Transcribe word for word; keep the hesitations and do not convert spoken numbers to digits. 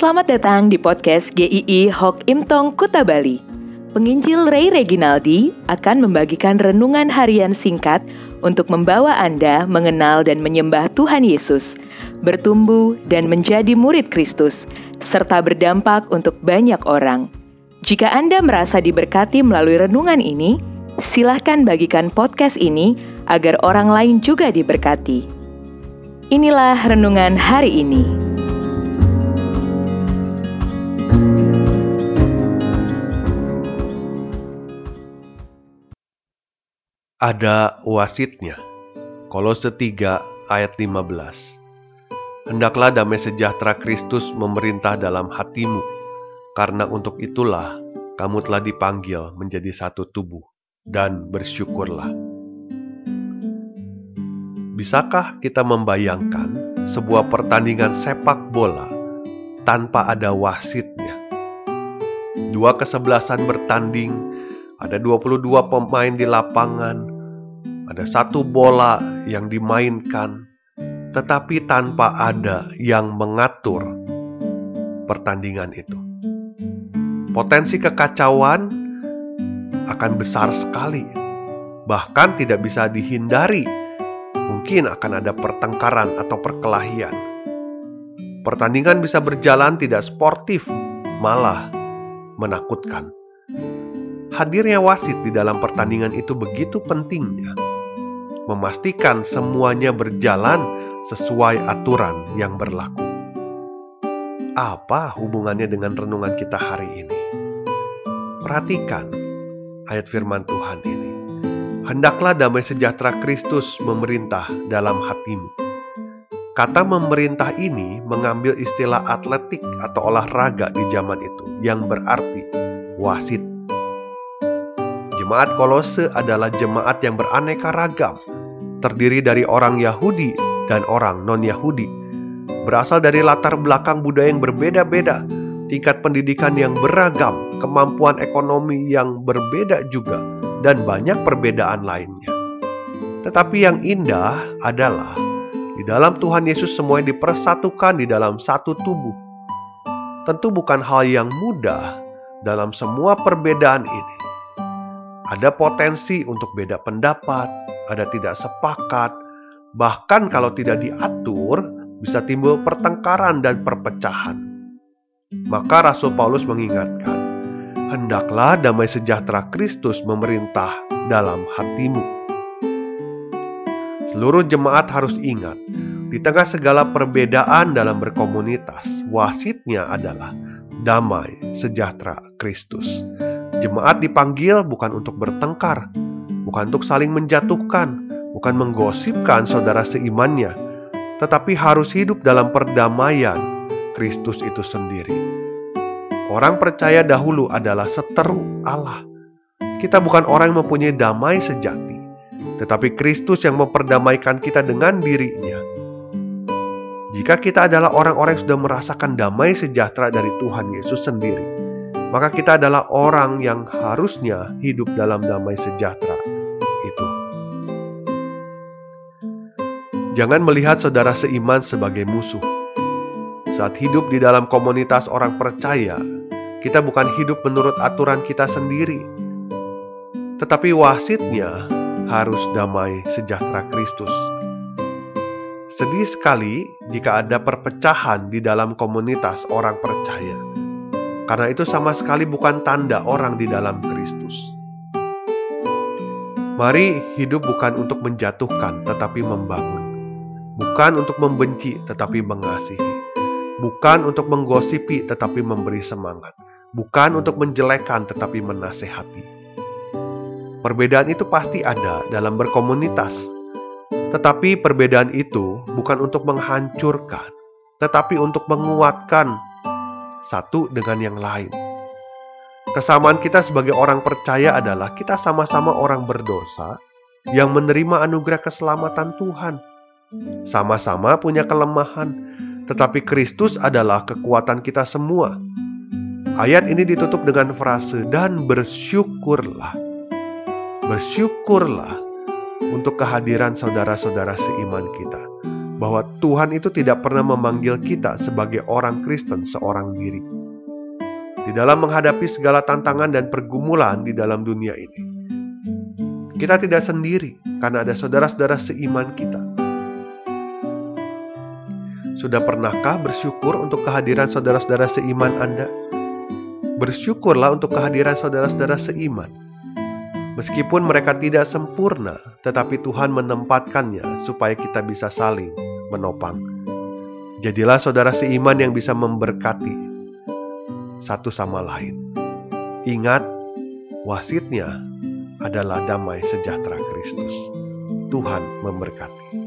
Selamat datang di podcast G I I Hok Imtong Kuta Bali. Penginjil Ray Reginaldi akan membagikan renungan harian singkat untuk membawa Anda mengenal dan menyembah Tuhan Yesus, bertumbuh dan menjadi murid Kristus, serta berdampak untuk banyak orang. Jika Anda merasa diberkati melalui renungan ini, silahkan bagikan podcast ini agar orang lain juga diberkati. Inilah renungan hari ini. Ada wasitnya. Kolose tiga ayat lima belas. Hendaklah damai sejahtera Kristus memerintah dalam hatimu, karena untuk itulah kamu telah dipanggil menjadi satu tubuh, dan bersyukurlah. Bisakah kita membayangkan sebuah pertandingan sepak bola tanpa ada wasitnya? Dua kesebelasan bertanding, ada dua puluh dua pemain di lapangan, ada satu bola yang dimainkan, tetapi tanpa ada yang mengatur pertandingan itu. Potensi kekacauan akan besar sekali, bahkan tidak bisa dihindari. Mungkin akan ada pertengkaran atau perkelahian. Pertandingan bisa berjalan tidak sportif, malah menakutkan. Hadirnya wasit di dalam pertandingan itu begitu pentingnya, memastikan semuanya berjalan sesuai aturan yang berlaku. Apa hubungannya dengan renungan kita hari ini? Perhatikan ayat firman Tuhan ini. Hendaklah damai sejahtera Kristus memerintah dalam hatimu. Kata memerintah ini mengambil istilah atletik atau olahraga di zaman itu, yang berarti wasit. Jemaat Kolose adalah jemaat yang beraneka ragam, terdiri dari orang Yahudi dan orang non-Yahudi, berasal dari latar belakang budaya yang berbeda-beda, tingkat pendidikan yang beragam, kemampuan ekonomi yang berbeda juga, dan banyak perbedaan lainnya. Tetapi yang indah adalah di dalam Tuhan Yesus semuanya dipersatukan di dalam satu tubuh. Tentu bukan hal yang mudah dalam semua perbedaan ini. Ada potensi untuk beda pendapat, ada tidak sepakat, bahkan kalau tidak diatur bisa timbul pertengkaran dan perpecahan. Maka Rasul Paulus mengingatkan, hendaklah damai sejahtera Kristus memerintah dalam hatimu. Seluruh jemaat harus ingat, di tengah segala perbedaan dalam berkomunitas, wasitnya adalah damai sejahtera Kristus. Jemaat dipanggil bukan untuk bertengkar, bukan untuk saling menjatuhkan, bukan menggosipkan saudara seimannya, tetapi harus hidup dalam perdamaian Kristus itu sendiri. Orang percaya dahulu adalah seteru Allah. Kita bukan orang yang mempunyai damai sejati, tetapi Kristus yang memperdamaikan kita dengan dirinya. Jika kita adalah orang-orang yang sudah merasakan damai sejahtera dari Tuhan Yesus sendiri, maka kita adalah orang yang harusnya hidup dalam damai sejahtera itu. Jangan melihat saudara seiman sebagai musuh. Saat hidup di dalam komunitas orang percaya, kita bukan hidup menurut aturan kita sendiri, tetapi wasitnya harus damai sejahtera Kristus. Sedih sekali jika ada perpecahan di dalam komunitas orang percaya, karena itu sama sekali bukan tanda orang di dalam Kristus. Mari hidup bukan untuk menjatuhkan tetapi membangun, bukan untuk membenci tetapi mengasihi, bukan untuk menggosipi tetapi memberi semangat, bukan untuk menjelekkan tetapi menasehati. Perbedaan itu pasti ada dalam berkomunitas, tetapi perbedaan itu bukan untuk menghancurkan, tetapi untuk menguatkan satu dengan yang lain. Kesamaan kita sebagai orang percaya adalah kita sama-sama orang berdosa yang menerima anugerah keselamatan Tuhan. Sama-sama punya kelemahan, tetapi Kristus adalah kekuatan kita semua. Ayat ini ditutup dengan frase, dan bersyukurlah. Bersyukurlah untuk kehadiran saudara-saudara seiman kita. bahwa Tuhan itu tidak pernah memanggil kita sebagai orang Kristen seorang diri. Di dalam menghadapi segala tantangan dan pergumulan di dalam dunia ini, kita tidak sendiri karena ada saudara-saudara seiman kita. Sudah pernahkah bersyukur untuk kehadiran saudara-saudara seiman Anda? Bersyukurlah untuk kehadiran saudara-saudara seiman. Meskipun mereka tidak sempurna, tetapi Tuhan menempatkannya supaya kita bisa saling menopang. Jadilah saudara seiman yang bisa memberkati satu sama lain. Ingat, wasitnya adalah damai sejahtera Kristus. Tuhan memberkati.